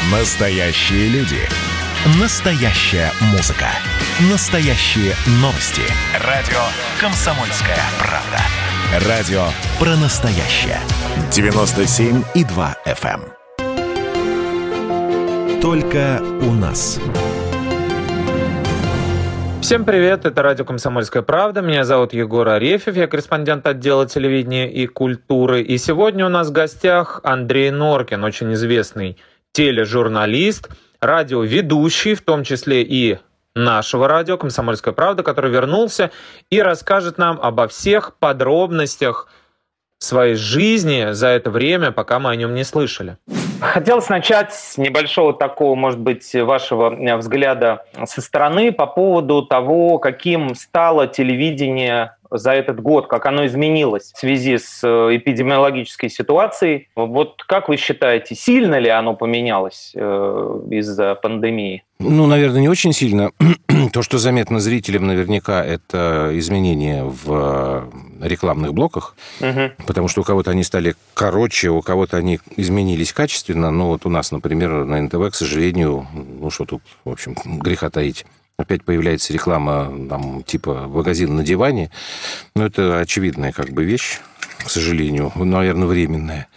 Настоящие люди. Настоящая музыка. Настоящие новости. Радио «Комсомольская правда». Радио про настоящее. 97,2 FM. Только у нас. Всем привет, это радио «Комсомольская правда». Меня зовут Егор Арефьев, я корреспондент отдела телевидения и культуры. И сегодня у нас в гостях Андрей Норкин, очень известный тележурналист, радиоведущий, в том числе и нашего радио «Комсомольская правда», который вернулся и расскажет нам обо всех подробностях своей жизни за это время, пока мы о нем не слышали. Хотелось начать с небольшого такого, может быть, вашего взгляда со стороны по поводу того, каким стало телевидение за этот год, как оно изменилось в связи с эпидемиологической ситуацией. Вот как вы считаете, сильно ли оно поменялось из-за пандемии? Наверное, не очень сильно. То, что заметно зрителям наверняка, это изменения в рекламных блоках, потому что у кого-то они стали короче, у кого-то они изменились качественно. Но вот у нас, например, на НТВ, к сожалению, что тут, в общем, греха таить. Опять появляется реклама, там, типа магазин на диване. Это очевидная вещь, к сожалению, наверное, временная.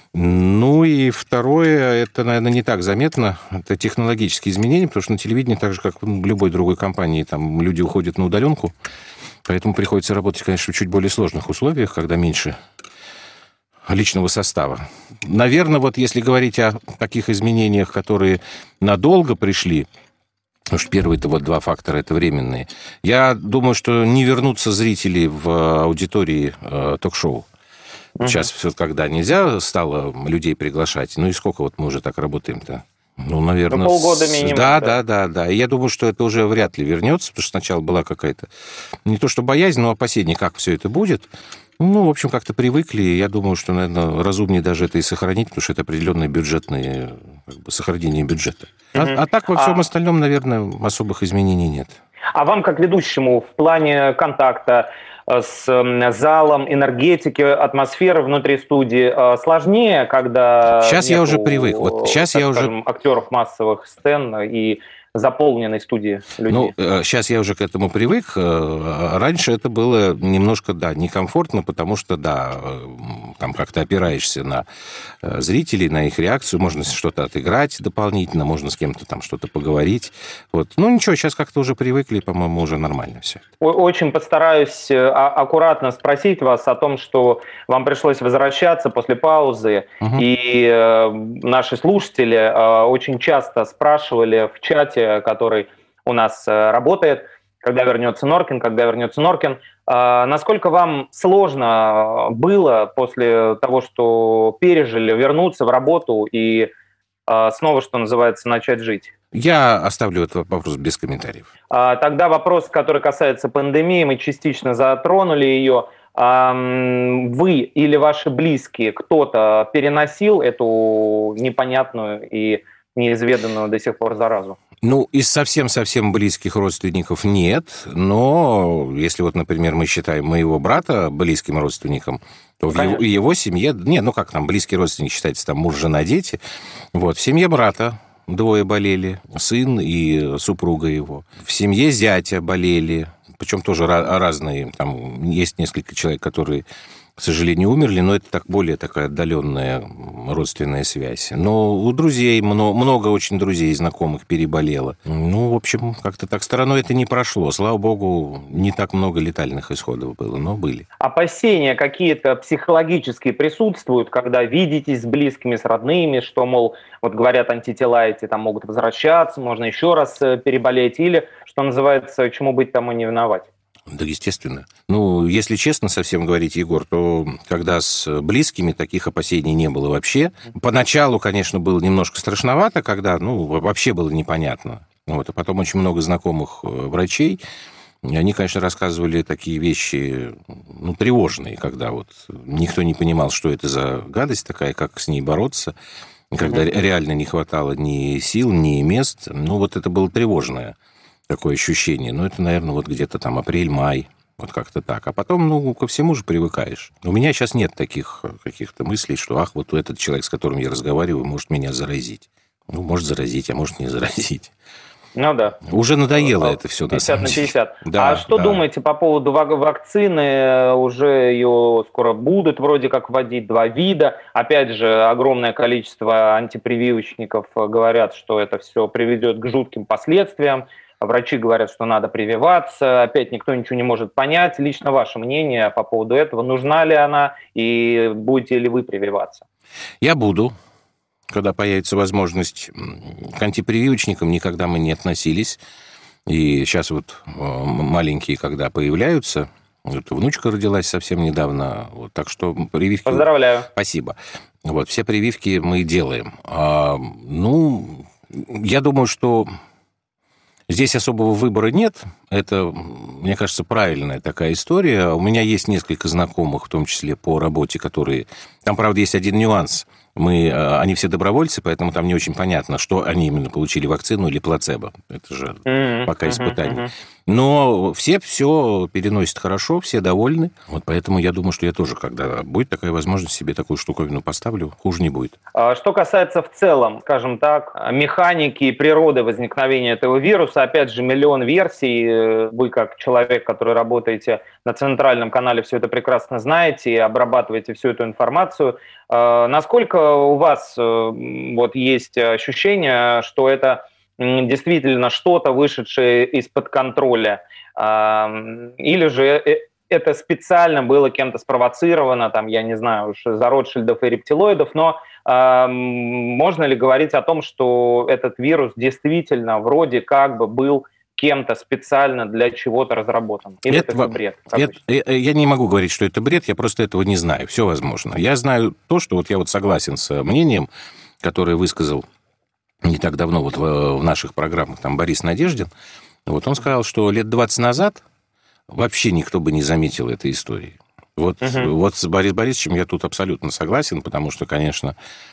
И второе, это, наверное, не так заметно. Это технологические изменения, потому что на телевидении, так же, как в любой другой компании, там люди уходят на удаленку. Поэтому приходится работать, конечно, в чуть более сложных условиях, когда меньше личного состава. Наверное, вот если говорить о таких изменениях, которые надолго пришли, потому что первые-то два фактора – это временные. Я думаю, что не вернутся зрители в аудитории ток-шоу. Сейчас все, когда нельзя стало людей приглашать. И сколько вот мы уже так работаем-то? Наверное... полгода минимум. Да. И я думаю, что это уже вряд ли вернется, потому что сначала была какая-то... Не то что боязнь, но опасение, как все это будет. В общем, как-то привыкли. Я думаю, что, наверное, разумнее даже это и сохранить, потому что это определенное бюджетное... сохранение бюджета. А так во всем остальном, наверное, особых изменений нет. А вам, как ведущему, в плане контакта с залом, энергетики, атмосферы внутри студии сложнее, когда сейчас я уже привык. Актеров массовых сцен и заполненной студии людей? Сейчас я уже к этому привык. Раньше это было немножко, некомфортно, потому что, там как-то опираешься на зрителей, на их реакцию, можно что-то отыграть дополнительно, можно с кем-то там что-то поговорить. Ничего, сейчас как-то уже привыкли, по-моему, уже нормально все. Очень постараюсь аккуратно спросить вас о том, что вам пришлось возвращаться после паузы, и наши слушатели очень часто спрашивали в чате, который у нас работает, когда вернется Норкин. Насколько вам сложно было после того, что пережили, вернуться в работу и снова, что называется, начать жить? Я оставлю этот вопрос без комментариев. Тогда вопрос, который касается пандемии, мы частично затронули ее. Вы или ваши близкие, кто-то переносил эту непонятную и неизведанную до сих пор заразу? Из совсем-совсем близких родственников нет, но если например, мы считаем моего брата близким родственником, то в его семье... близкий родственник считается, там, муж, жена, дети. В семье брата 2 болели, сын и супруга его. В семье зятя болели, причем тоже разные. Там есть несколько человек, которые, к сожалению, умерли, но это более такая отдаленная родственная связь. Но у друзей, много очень друзей и знакомых переболело. В общем, как-то так стороной это не прошло. Слава богу, не так много летальных исходов было, но были. Опасения какие-то психологические присутствуют, когда видитесь с близкими, с родными, что, мол, говорят, антитела эти там могут возвращаться, можно еще раз переболеть, или, что называется, чему быть, тому не виновать? Да, естественно. Если честно совсем говорить, Егор, то когда с близкими таких опасений не было вообще. Поначалу, конечно, было немножко страшновато, когда, вообще было непонятно. А потом очень много знакомых врачей, они, конечно, рассказывали такие вещи, тревожные, когда никто не понимал, что это за гадость такая, как с ней бороться, когда реально не хватало ни сил, ни мест. Это было тревожное такое ощущение. Это, наверное, где-то там апрель-май, как-то так. А потом, ко всему же привыкаешь. У меня сейчас нет таких каких-то мыслей, что, этот человек, с которым я разговариваю, может меня заразить. Ну, может заразить, а может не заразить. Ну да. Уже надоело это все. 50 на 50. Да, а что думаете по поводу вакцины? Уже ее скоро будут вроде как вводить 2 вида. Опять же, огромное количество антипрививочников говорят, что это все приведет к жутким последствиям. Врачи говорят, что надо прививаться. Опять никто ничего не может понять. Лично ваше мнение по поводу этого. Нужна ли она и будете ли вы прививаться? Я буду. Когда появится возможность, к антипрививочникам никогда мы не относились. И сейчас вот маленькие, когда появляются, вот внучка родилась совсем недавно, вот, так что прививки... Поздравляю. Спасибо. Вот, все прививки мы делаем. Я думаю, что здесь особого выбора нет. Это, мне кажется, правильная такая история. У меня есть несколько знакомых, в том числе по работе, которые... Там, правда, есть один нюанс. Они все добровольцы, поэтому там не очень понятно, что они именно получили, вакцину или плацебо. Это же пока испытание. Но все переносят хорошо, все довольны. Вот поэтому я думаю, что я тоже, когда будет такая возможность, себе такую штуковину поставлю, хуже не будет. Что касается в целом, скажем так, механики и природы возникновения этого вируса, опять же, миллион версий. Вы, как человек, который работаете на центральном канале, все это прекрасно знаете и обрабатываете всю эту информацию. Насколько у вас вот есть ощущение, что это действительно что-то, вышедшее из-под контроля, или же это специально было кем-то спровоцировано, там, я не знаю уж, за Ротшильдов и рептилоидов, но можно ли говорить о том, что этот вирус действительно вроде как бы был кем-то специально для чего-то разработан? Или это все бред? Я не могу говорить, что это бред, я просто этого не знаю. Все возможно. Я знаю то, что вот я вот согласен с мнением, которое высказал не так давно вот в наших программах там Борис Надеждин. Вот он сказал, что лет 20 назад вообще никто бы не заметил этой истории. Вот с Борисом Борисовичем я тут абсолютно согласен, потому что, конечно,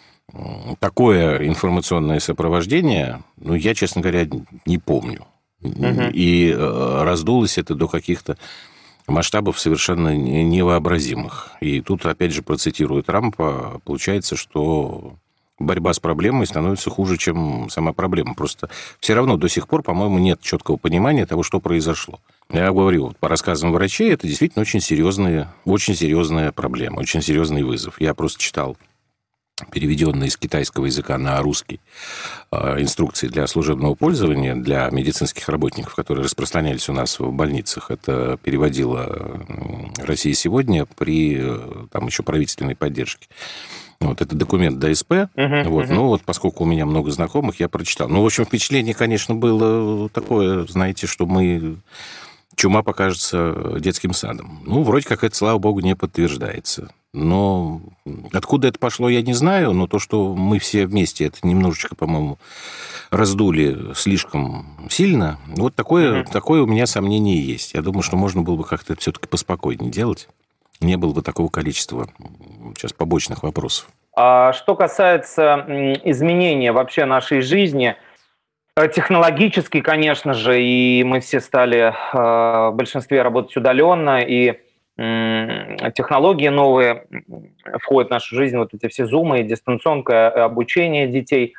такое информационное сопровождение, я, честно говоря, не помню. И раздулось это до каких-то масштабов совершенно невообразимых. И тут, опять же, процитирую Трампа, получается, что борьба с проблемой становится хуже, чем сама проблема. Просто все равно до сих пор, по-моему, нет четкого понимания того, что произошло. Я говорю, по рассказам врачей, это действительно очень серьезная проблема, очень серьезный вызов. Я просто читал переведенные из китайского языка на русский инструкции для служебного пользования для медицинских работников, которые распространялись у нас в больницах. Это переводила «Россия сегодня» при там еще правительственной поддержке. Вот это документ ДСП. Поскольку у меня много знакомых, я прочитал. В общем, впечатление, конечно, было такое, знаете, что чума покажется детским садом. Вроде как это, слава богу, не подтверждается. Но откуда это пошло, я не знаю. Но то, что мы все вместе это немножечко, по-моему, раздули слишком сильно, вот такое у меня сомнение есть. Я думаю, что можно было бы как-то это все-таки поспокойнее делать. Не было бы такого количества сейчас побочных вопросов. Что касается изменения вообще нашей жизни, технологически, конечно же, и мы все стали в большинстве работать удаленно, и технологии новые входят в нашу жизнь, вот эти все зумы, дистанционное обучение детей.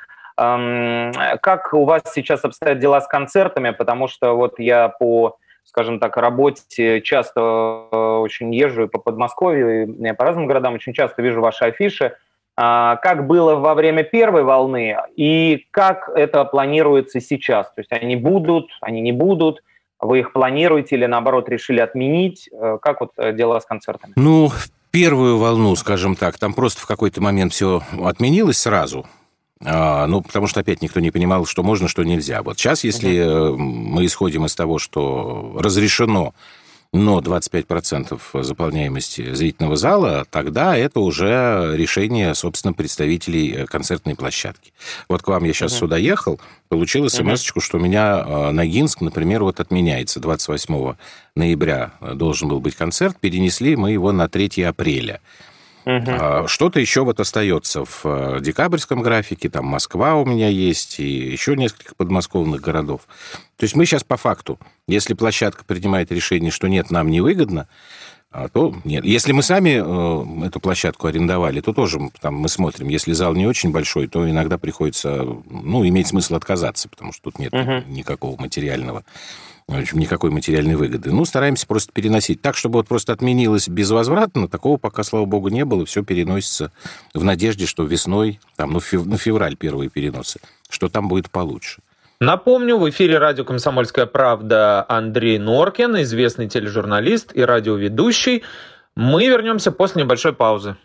Как у вас сейчас обстоят дела с концертами? Потому что вот я по, скажем так, работе часто очень езжу и по Подмосковью, и по разным городам очень часто вижу ваши афиши. Как было во время первой волны и как это планируется сейчас? То есть они будут, они не будут? Вы их планируете или, наоборот, решили отменить? Как вот дела с концертами? В первую волну, скажем так, там просто в какой-то момент все отменилось сразу. Потому что опять никто не понимал, что можно, что нельзя. Вот сейчас, если мы исходим из того, что разрешено, но 25% заполняемости зрительного зала, тогда это уже решение, собственно, представителей концертной площадки. Вот к вам я сейчас сюда ехал, получил смс-очку, что у меня Ногинск, например, вот отменяется. 28 ноября должен был быть концерт, перенесли мы его на 3 апреля. Что-то еще вот остается в декабрьском графике, там Москва у меня есть, и еще несколько подмосковных городов. То есть мы сейчас по факту, если площадка принимает решение, что нет, нам невыгодно, А то нет. Если мы сами эту площадку арендовали, то тоже там мы смотрим. Если зал не очень большой, то иногда приходится, иметь смысл отказаться, потому что тут нет никакого материального, в общем, никакой материальной выгоды. Стараемся просто переносить. Так, чтобы вот просто отменилось безвозвратно, такого пока, слава богу, не было. Все переносится в надежде, что весной, на февраль первые переносы, что там будет получше. Напомню, в эфире радио «Комсомольская правда» Андрей Норкин, известный тележурналист и радиоведущий. Мы вернемся после небольшой паузы.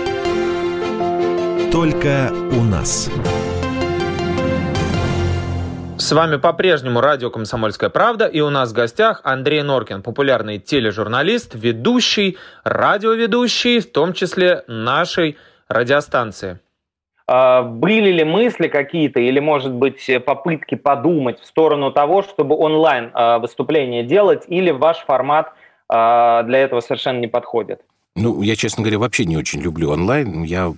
Только у нас. С вами по-прежнему радио «Комсомольская правда», и у нас в гостях Андрей Норкин, популярный тележурналист, ведущий, радиоведущий, в том числе нашей радиостанции. Были ли мысли какие-то или, может быть, попытки подумать в сторону того, чтобы онлайн выступления делать, или ваш формат для этого совершенно не подходит? Я, честно говоря, вообще не очень люблю онлайн.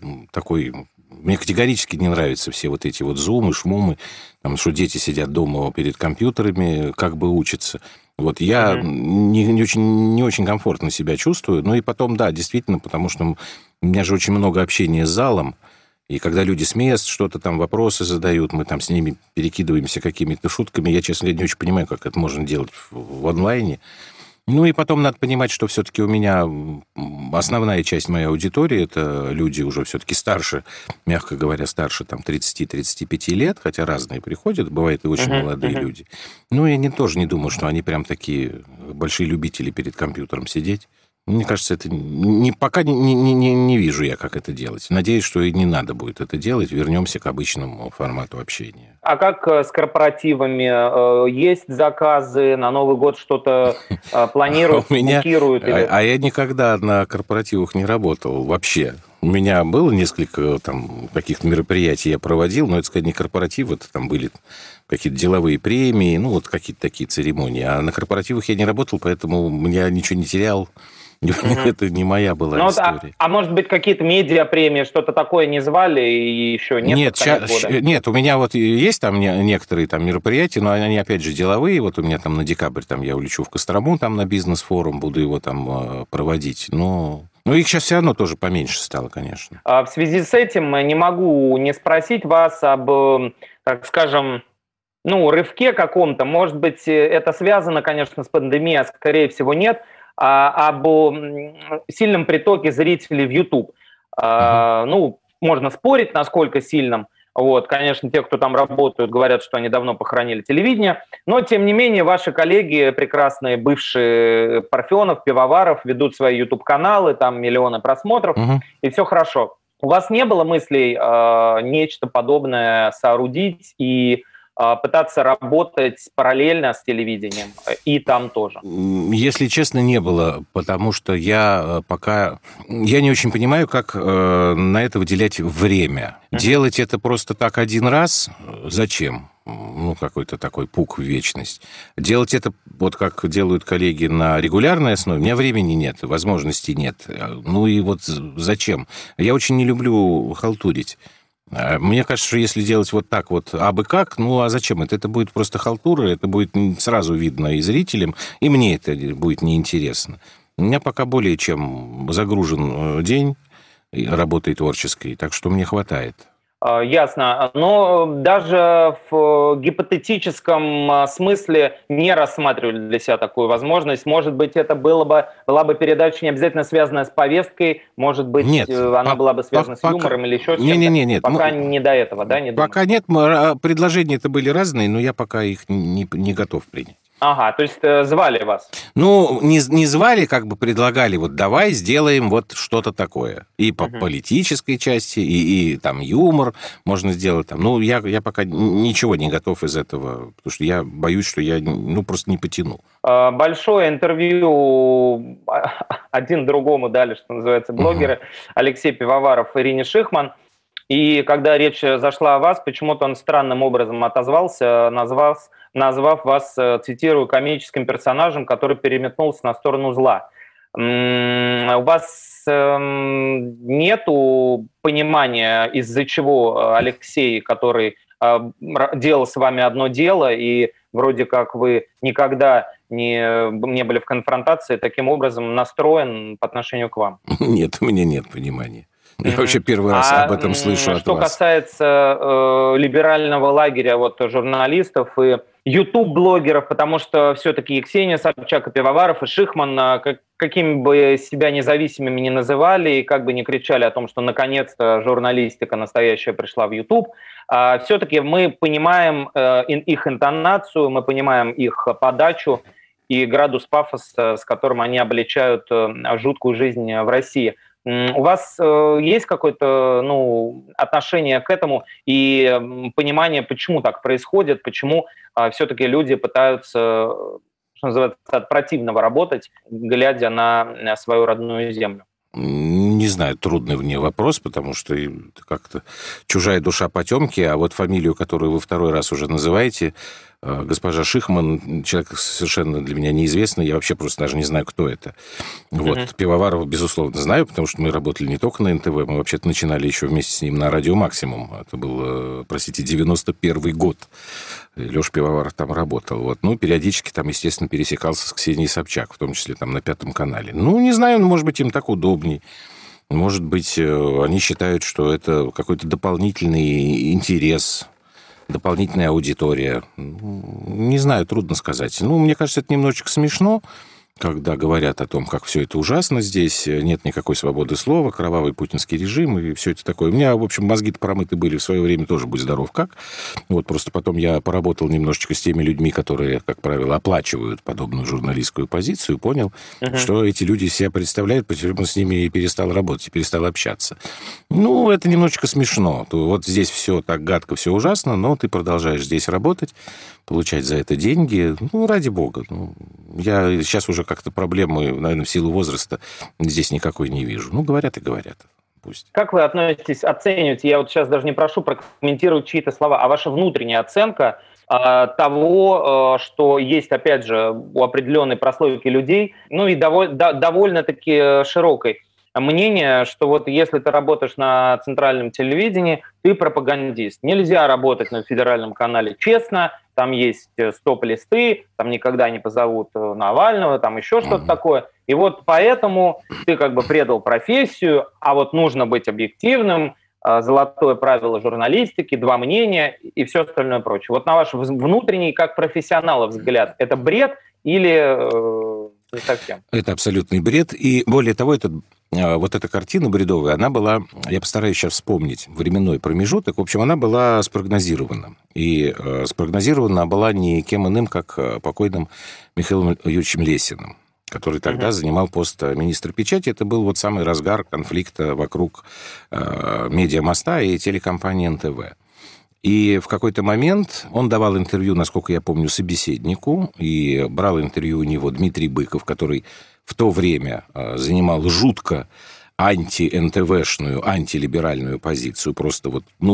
Мне категорически не нравятся все вот эти вот зумы, шмумы, что дети сидят дома перед компьютерами, как бы учатся. Я не очень комфортно себя чувствую. И потом, да, действительно, потому что у меня же очень много общения с залом. И когда люди с мест что-то там, вопросы задают, мы там с ними перекидываемся какими-то шутками. Я, честно говоря, не очень понимаю, как это можно делать в онлайне. И потом надо понимать, что все-таки у меня основная часть моей аудитории — это люди уже все-таки старше, мягко говоря, старше 30-35 лет, хотя разные приходят, бывают и очень молодые люди. Я тоже не думаю, что они прям такие большие любители перед компьютером сидеть. Мне кажется, это пока не вижу я, как это делать. Надеюсь, что и не надо будет это делать. Вернемся к обычному формату общения. А как с корпоративами? Есть заказы? На Новый год что-то планируют, букируют? А я никогда на корпоративах не работал вообще. У меня было несколько каких-то мероприятий я проводил, но это, сказать, не корпоративы, это там были какие-то деловые премии, какие-то такие церемонии. А на корпоративах я не работал, поэтому я ничего не терял. Это не моя была история. А может быть, какие-то медиапремии, что-то такое не звали и еще нет? Нет, у меня есть там некоторые мероприятия, но они, опять же, деловые. У меня на декабрь я улечу в Кострому, на бизнес-форум, буду его проводить. Их сейчас все равно тоже поменьше стало, конечно. В связи с этим не могу не спросить вас об, так скажем, рывке каком-то. Может быть, это связано, конечно, с пандемией, а скорее всего нет. Об сильном притоке зрителей в YouTube. Можно спорить, насколько сильным. Конечно, те, кто там работают, говорят, что они давно похоронили телевидение. Но, тем не менее, ваши коллеги, прекрасные бывшие Парфенов, Пивоваров, ведут свои YouTube-каналы, там миллионы просмотров, и все хорошо. У вас не было мыслей нечто подобное соорудить и пытаться работать параллельно с телевидением и там тоже? Если честно, не было, потому что я не очень понимаю, как на это выделять время. Делать это просто так один раз — зачем? Какой-то такой пук в вечность. Делать это, как делают коллеги, на регулярной основе, у меня времени нет, возможностей нет. Зачем? Я очень не люблю халтурить. Мне кажется, что если делать так абы как, а зачем это? Это будет просто халтура, это будет сразу видно и зрителям, и мне это будет неинтересно. У меня пока более чем загружен день работой творческой, так что мне хватает. Ясно. Но даже в гипотетическом смысле не рассматривали для себя такую возможность. Может быть, это была бы передача не обязательно связанная с повесткой, может быть, нет, она была бы связана с юмором или еще с чем-то. Нет. Пока не до этого, да? Пока нет, предложения-то были разные, но я пока их не готов принять. Ага, то есть звали вас? Не звали, предлагали, давай сделаем что-то такое. И по политической части, и юмор можно сделать. Я пока ничего не готов из этого, потому что я боюсь, что я просто не потяну. Большое интервью один другому дали, что называется, блогеры. Алексей Пивоваров, Ирине Шихман. И когда речь зашла о вас, почему-то он странным образом отозвался, назвав вас, цитирую, комическим персонажем, который переметнулся на сторону зла. У вас нету понимания, из-за чего Алексей, который делал с вами одно дело, и вроде как вы никогда не были в конфронтации, таким образом настроен по отношению к вам? Нет, у меня нет понимания. Я вообще первый раз об этом слышу от вас. Что касается либерального лагеря журналистов и YouTube-блогеров, потому что все-таки и Ксения Собчак, и Пивоваров, и Шихман, какими бы себя независимыми ни называли, и как бы ни кричали о том, что наконец-то журналистика настоящая пришла в YouTube, все-таки мы понимаем их интонацию, мы понимаем их подачу и градус пафоса, с которым они обличают жуткую жизнь в России. У вас есть какое-то отношение к этому и понимание, почему так происходит, почему все-таки люди пытаются, что называется, от противного работать, глядя на свою родную землю? Не знаю, трудный мне вопрос, потому что как-то чужая душа потемки, а вот фамилию, которую вы второй раз уже называете, госпожа Шихман, человек совершенно для меня неизвестный, я вообще просто даже не знаю, кто это. Вот. Пивоварова, безусловно, знаю, потому что мы работали не только на НТВ, мы вообще-то начинали еще вместе с ним на Радио Максимум. Это был, 91-й год. Леша Пивоваров там работал. Вот. Периодически там, естественно, пересекался с Ксенией Собчак, в том числе там на Пятом канале. Не знаю, может быть, им так удобней. Может быть, они считают, что это какой-то дополнительный интерес, дополнительная аудитория. Не знаю, трудно сказать. Мне кажется, это немножечко смешно, когда говорят о том, как все это ужасно здесь, нет никакой свободы слова, кровавый путинский режим и все это такое. У меня, в общем, мозги-то промыты были в свое время тоже, будь здоров, как. Просто потом я поработал немножечко с теми людьми, которые, как правило, оплачивают подобную журналистскую позицию, понял, что эти люди себя представляют, почему с ними и перестал работать, и перестал общаться. Это немножечко смешно. Вот здесь все так гадко, все ужасно, но ты продолжаешь здесь работать, получать за это деньги. Ради бога. Я сейчас уже как-то проблемы, наверное, в силу возраста здесь никакой не вижу. Говорят и говорят. Пусть. Как вы оцениваете, я сейчас даже не прошу прокомментировать чьи-то слова, а ваша внутренняя оценка того, что есть, опять же, у определенной прослойки людей, и довольно-таки широкой, мнение, что если ты работаешь на центральном телевидении, ты пропагандист. Нельзя работать на федеральном канале честно, там есть стоп-листы, там никогда не позовут Навального, там еще что-то такое. И поэтому ты предал профессию, а нужно быть объективным, золотое правило журналистики, два мнения и все остальное прочее. На ваш внутренний, как профессионала взгляд, это бред или не совсем? Это абсолютный бред. И более того, эта картина бредовая, она была, я постараюсь сейчас вспомнить временной промежуток, в общем, она была спрогнозирована. И спрогнозирована была не кем иным, как покойным Михаилом Юрьевичем Лесиным, который тогда занимал пост министра печати. Это был самый разгар конфликта вокруг «Медиамоста» и телекомпании НТВ. И в какой-то момент он давал интервью, насколько я помню, собеседнику, и брал интервью у него Дмитрий Быков, который в то время занимал жутко анти-НТВшную, антилиберальную позицию, просто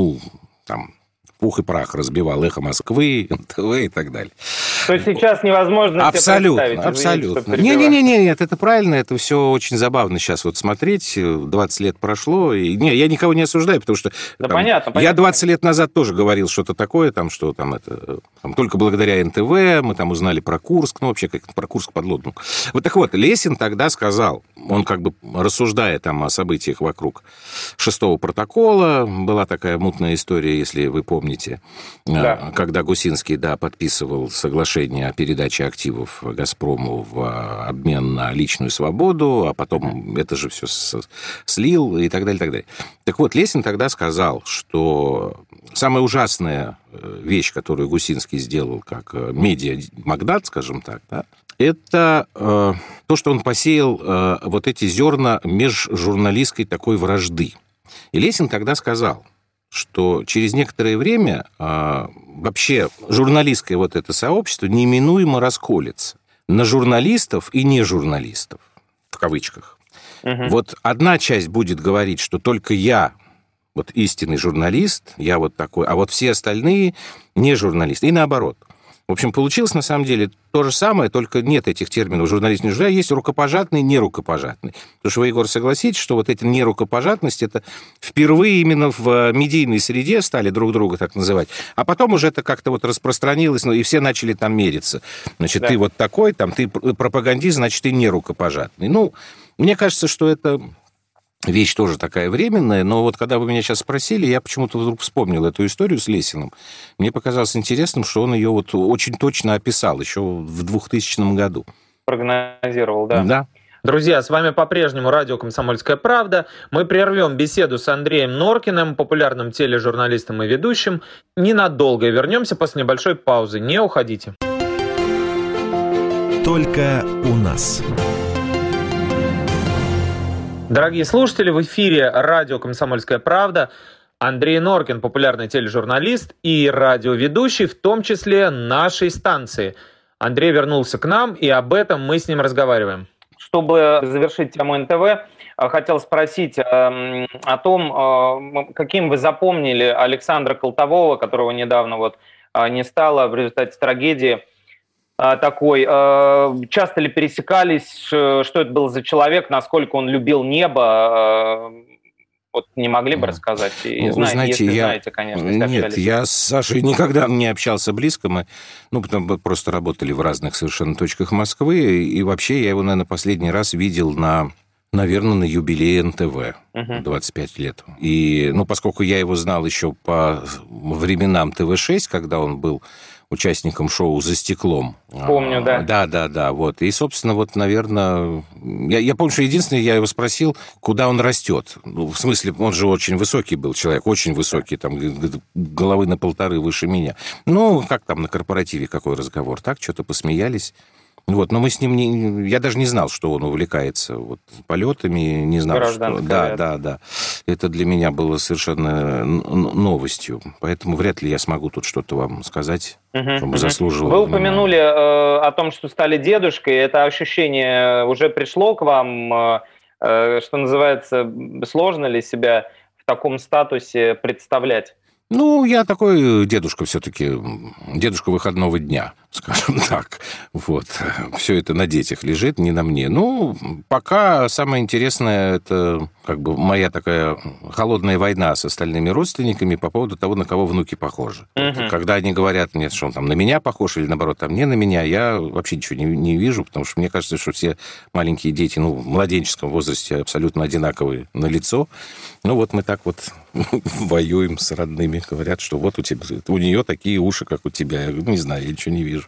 пух и прах разбивал «Эхо Москвы», НТВ и так далее. То есть сейчас невозможно абсолютно, себе представить? Абсолютно. Нет, это правильно, это все очень забавно сейчас смотреть. 20 лет прошло. Я никого не осуждаю, потому что понятно. Я 20 лет назад тоже говорил что-то такое, что только благодаря НТВ мы узнали про Курск, вообще как про Курск подлодную. Лесин тогда сказал, он рассуждая о событиях вокруг 6-го протокола, была такая мутная история, если вы помните, когда Гусинский, подписывал соглашение о передаче активов «Газпрому» в обмен на личную свободу, а потом это же все слил и так далее, и так далее. Лесин тогда сказал, что самая ужасная вещь, которую Гусинский сделал как медиа-магнат, скажем так, это то, что он посеял эти зерна межжурналистской такой вражды. И Лесин тогда сказал, что через некоторое время вообще журналистское это сообщество неминуемо расколется на журналистов и нежурналистов, в кавычках. Одна часть будет говорить, что только я истинный журналист, я такой, а все остальные не журналисты. И наоборот. В общем, получилось на самом деле то же самое, только нет этих терминов журналист, не журналист, есть рукопожатный, нерукопожатный. Потому что вы, Егор, согласитесь, что вот эта нерукопожатность, это впервые именно в медийной среде стали друг друга так называть, а потом уже это как-то вот распространилось, и все начали там мериться. Значит, ты вот такой, там, ты пропагандист, значит, ты нерукопожатный. Ну, мне кажется, что это... Вещь тоже такая временная, но вот когда вы меня сейчас спросили, я почему-то вдруг вспомнил эту историю с Лесиным. Мне показалось интересным, что он ее вот очень точно описал еще в 2000 году. Прогнозировал, да. Да. Друзья, с вами по-прежнему радио «Комсомольская правда». Мы прервем беседу с Андреем Норкиным, популярным тележурналистом и ведущим. Ненадолго и вернемся после небольшой паузы. Не уходите. Только у нас. Дорогие слушатели, в эфире радио «Комсомольская правда». Андрей Норкин, популярный тележурналист и радиоведущий, в том числе нашей станции. Андрей вернулся к нам, и об этом мы с ним разговариваем. Чтобы завершить тему НТВ, хотел спросить о том, каким вы запомнили Александра Колтового, которого недавно вот не стало в результате трагедии такой. Часто ли пересекались? Что это был за человек? Насколько он любил небо? Вот не могли бы рассказать? И вы знаете, если знаете, конечно. Нет, я с Сашей никогда не общался близко. Мы потом просто работали в разных совершенно точках Москвы. И вообще я его, наверное, последний раз видел наверное, на юбилее НТВ, 25 лет. И, поскольку я его знал еще по временам ТВ-6, когда он был участником шоу «За стеклом». Помню, да. Да, вот. И, собственно, вот, наверное... Я помню, что единственное, я его спросил, куда он растет. В смысле, он же очень высокий был человек, очень высокий, там, головы на 1,5 выше меня. Как там на корпоративе, какой разговор? Так, что-то посмеялись. Вот, но мы с ним я даже не знал, что он увлекается полетами, не знал, что... Да. Это для меня было совершенно новостью, поэтому вряд ли я смогу тут что-то вам сказать, чтобы заслуживало. Вы упомянули о том, что стали дедушкой. Это ощущение уже пришло к вам, что называется, сложно ли себя в таком статусе представлять? Я такой дедушка все-таки, дедушка выходного дня, скажем так. Вот. Все это на детях лежит, не на мне. Пока самое интересное, это моя такая холодная война с остальными родственниками по поводу того, на кого внуки похожи. Когда они говорят мне, что он там на меня похож или, наоборот, там не на меня, я вообще ничего не вижу, потому что мне кажется, что все маленькие дети, в младенческом возрасте абсолютно одинаковые на лицо. Мы так вот воюем с родными. Говорят, что вот у нее такие уши, как у тебя. Я не знаю, я ничего не вижу.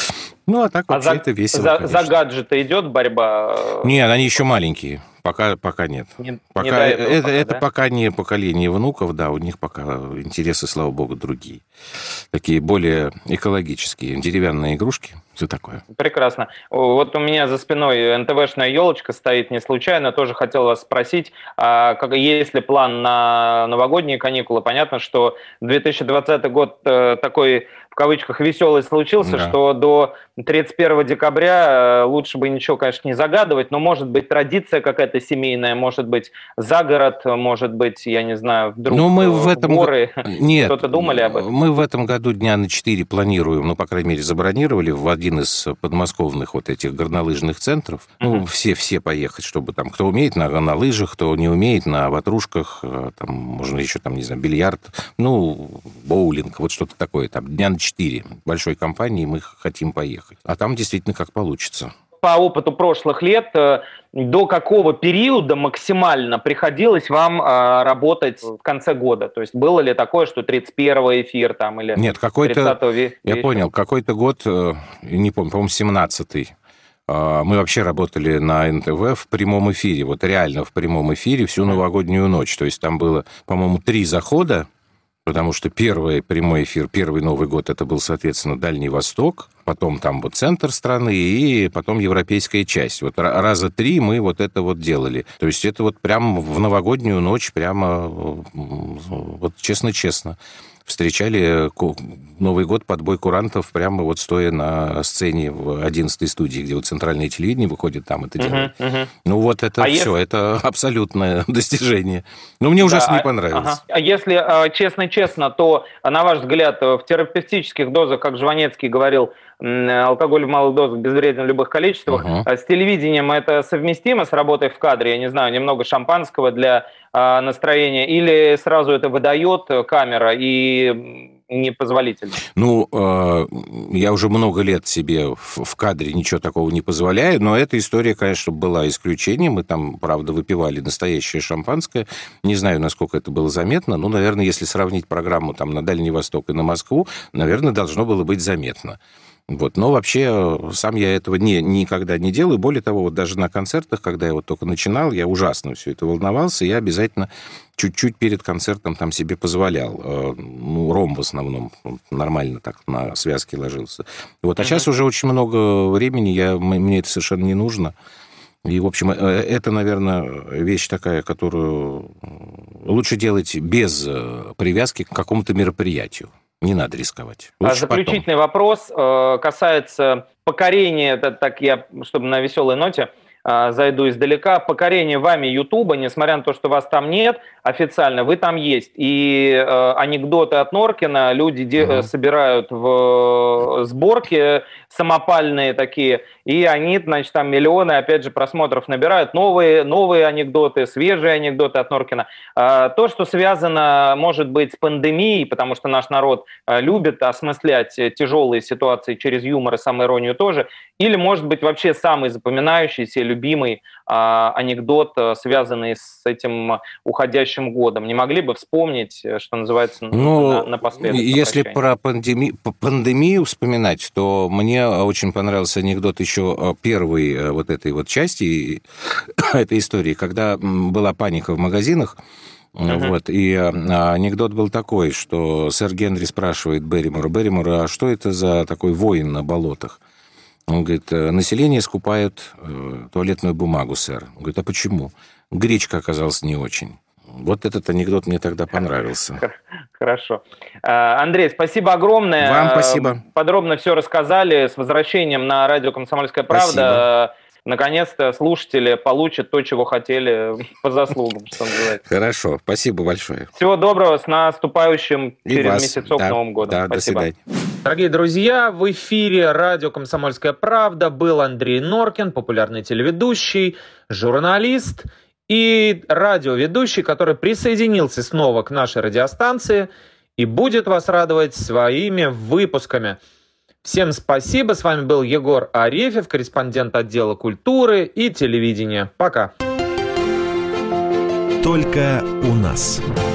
А так вообще это весело, за гаджеты идет борьба? Нет, они еще маленькие. Пока нет. Это пока не поколение внуков, да, у них пока интересы, слава богу, другие. Такие более экологические, деревянные игрушки, все такое. Прекрасно. Вот у меня за спиной НТВшная елочка стоит не случайно. Тоже хотел вас спросить, есть ли план на новогодние каникулы? Понятно, что 2020 год такой, в кавычках, веселый случился, что до 31 декабря лучше бы ничего, конечно, не загадывать, но может быть традиция какая-то семейная, может быть за город, может быть, я не знаю, вдруг мы в этом... горы. Нет, что-то думали об этом? Мы в этом году дня на 4 планируем, по крайней мере, забронировали в один из подмосковных этих горнолыжных центров. Все поехать, чтобы там, кто умеет на лыжах, кто не умеет на ватрушках, там, можно еще, там, не знаю, бильярд, боулинг, вот что-то такое, там, дня на 4 большой компании мы хотим поехать. А там действительно как получится. По опыту прошлых лет, до какого периода максимально приходилось вам работать в конце года? То есть было ли такое, что 31-й эфир там или... Нет, я понял, какой-то год, не помню, по-моему, 17-й. Мы вообще работали на НТВ в прямом эфире, реально в прямом эфире всю новогоднюю ночь. То есть там было, по-моему, 3 захода, потому что первый прямой эфир, первый Новый год, это был, соответственно, Дальний Восток, потом там центр страны и потом европейская часть. Раза 3 мы это делали. То есть это прям в новогоднюю ночь, прямо честно-честно. встречали Новый год под бой курантов прямо вот стоя на сцене в 11-й студии, где вот центральное телевидение выходит, там это делает. Ну вот это все, это абсолютное достижение. Но мне ужасно не понравилось. А если честно, то, на ваш взгляд, в терапевтических дозах, как Жванецкий говорил, алкоголь в малых дозах безвреден в любых количествах, с телевидением это совместимо с работой в кадре? Я не знаю, немного шампанского для настроения, или сразу это выдает камера и непозволительно? Ну, я уже много лет себе в кадре ничего такого не позволяю, но эта история, конечно, была исключением. Мы там, правда, выпивали настоящее шампанское. Не знаю, насколько это было заметно. Ну, наверное, если сравнить программу там на Дальний Восток и на Москву, наверное, должно было быть заметно. Вот. Но вообще сам я этого никогда не делаю. Более того, вот даже на концертах, когда я вот только начинал, я ужасно все это волновался. Я обязательно чуть-чуть перед концертом там себе позволял. Ну, ром в основном нормально так на связке ложился. Вот. А сейчас уже очень много времени, мне это совершенно не нужно. И, в общем, это, наверное, вещь такая, которую лучше делать без привязки к какому-то мероприятию. Не надо рисковать. Заключительный вопрос касается покорения, чтобы на веселой ноте зайду издалека, покорение вами Ютуба, несмотря на то, что вас там нет официально, вы там есть. И анекдоты от Норкина люди собирают в сборке самопальные такие, и они, значит, там миллионы, опять же, просмотров набирают, новые анекдоты, свежие анекдоты от Норкина. То, что связано, может быть, с пандемией, потому что наш народ любит осмыслять тяжелые ситуации через юмор и самоиронию тоже, или, может быть, вообще самый запоминающийся, любимый анекдот, связанный с этим уходящим годом. Не могли бы вспомнить, что называется, напоследок? Если про пандемию вспоминать, то мне очень понравился анекдот еще первой вот этой вот части этой истории, когда была паника в магазинах. Вот, и анекдот был такой, что сэр Генри спрашивает Берримора, а что это за такой воин на болотах? Он говорит, население скупает туалетную бумагу, сэр. Он говорит, а почему? Гречка оказалась не очень. Вот этот анекдот мне тогда понравился. Хорошо. Андрей, спасибо огромное. Вам спасибо. Подробно все рассказали. С возвращением на радио «Комсомольская правда». Спасибо. Наконец-то слушатели получат то, чего хотели, по заслугам, что называется. Хорошо, спасибо большое. Всего доброго, с наступающим через месяцок Новым годом. Да, спасибо. До свидания. Дорогие друзья, в эфире радио «Комсомольская правда» был Андрей Норкин, популярный телеведущий, журналист и радиоведущий, который присоединился снова к нашей радиостанции и будет вас радовать своими выпусками. Всем спасибо. С вами был Егор Арефьев, корреспондент отдела культуры и телевидения. Пока. Только у нас.